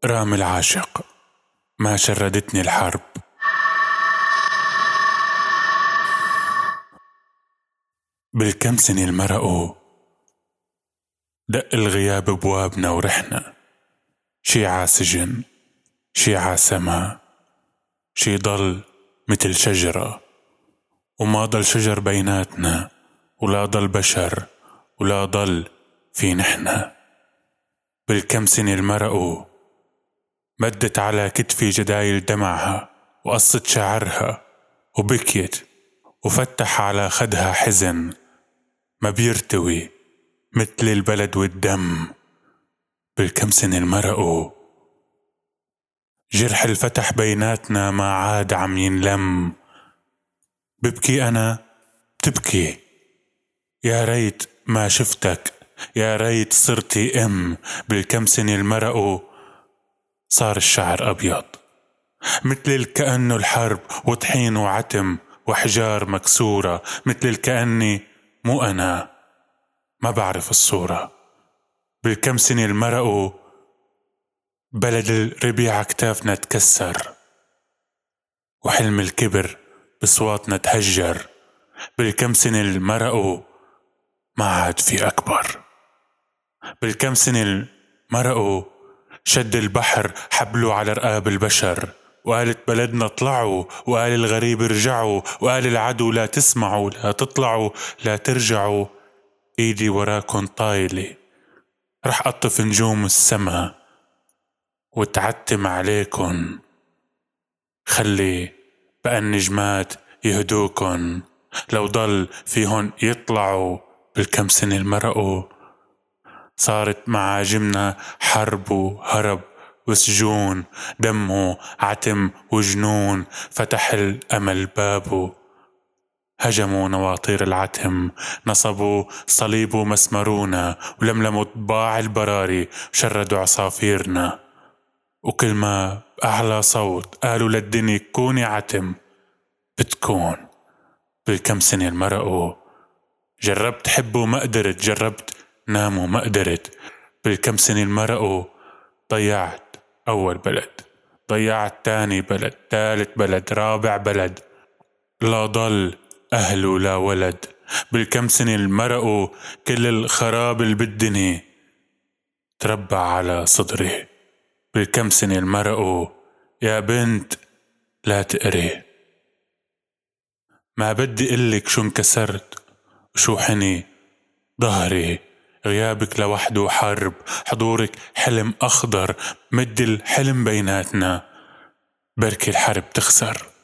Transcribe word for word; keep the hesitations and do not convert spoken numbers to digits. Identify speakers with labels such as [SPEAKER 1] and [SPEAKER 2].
[SPEAKER 1] رام العاشق ما شردتني الحرب. بالكم سنة المرقوا دق الغياب بوابنا ورحنا، شي ع سجن شي ع سما، شي ضل مثل شجرة وما ضل شجر بيناتنا، ولا ضل بشر ولا ضل في نحنا. بالكم سنة المرقوا مدت على كتفي جدايل دمعها وقصت شعرها وبكيت وفتح على خدها حزن ما بيرتوي مثل البلد والدم. بالكم سنة المرقوا جرح الفتح بيناتنا ما عاد عم ينلم. ببكي أنا بتبكي، يا ريت ما شفتك، يا ريت صرتي أم. بالكم سنة المرقوا صار الشعر أبيض مثل الكأنه الحرب وطحين وعتم وحجار مكسورة، مثل الكأني مو أنا ما بعرف الصورة. بالكم سنة المرقوا بلد الربيع كتافنا تكسر وحلم الكبر بصواتنا تهجر. بالكم سنة المرقوا ما عاد في أكبر. بالكم سنة المرقوا شد البحر حبلوا على رقاب البشر، وقالت بلدنا طلعوا، وقال الغريب رجعوا، وقال العدو لا تسمعوا لا تطلعوا لا ترجعوا. ايدي وراكن طايلة رح أطف نجوم السما وتعتم عليكن، خلي بقى النجمات يهدوكن لو ضل فيهن يطلعوا. بالكم سنة المرقوا صارت معاجمنا حرب وهرب وسجون، دمه عتم وجنون فتح الأمل بابه، هجموا نواطير العتم نصبوا صليب مسمرونا، ولملموا طباع البراري شردوا عصافيرنا، وكل ما بأعلى صوت قالوا للدنيا كوني عتم بتكون. بالكم سنة المرقوا جربت حبه ما قدرت، جربت ناموا ما قدرت. بالكم سنة المرقوا ضيعت أول بلد، ضيعت تاني بلد، ثالث بلد، رابع بلد، لا ضل أهل ولا ولد. بالكم سنة المرقوا كل الخراب اللي بالدنيا تربع على صدري. بالكم سنة المرقوا يا بنت لا تقري، ما بدي قلك شو انكسرت وشو حني ظهري. غيابك لوحده حرب، حضورك حلم أخضر، مد الحلم بيناتنا بركي الحرب تخسر.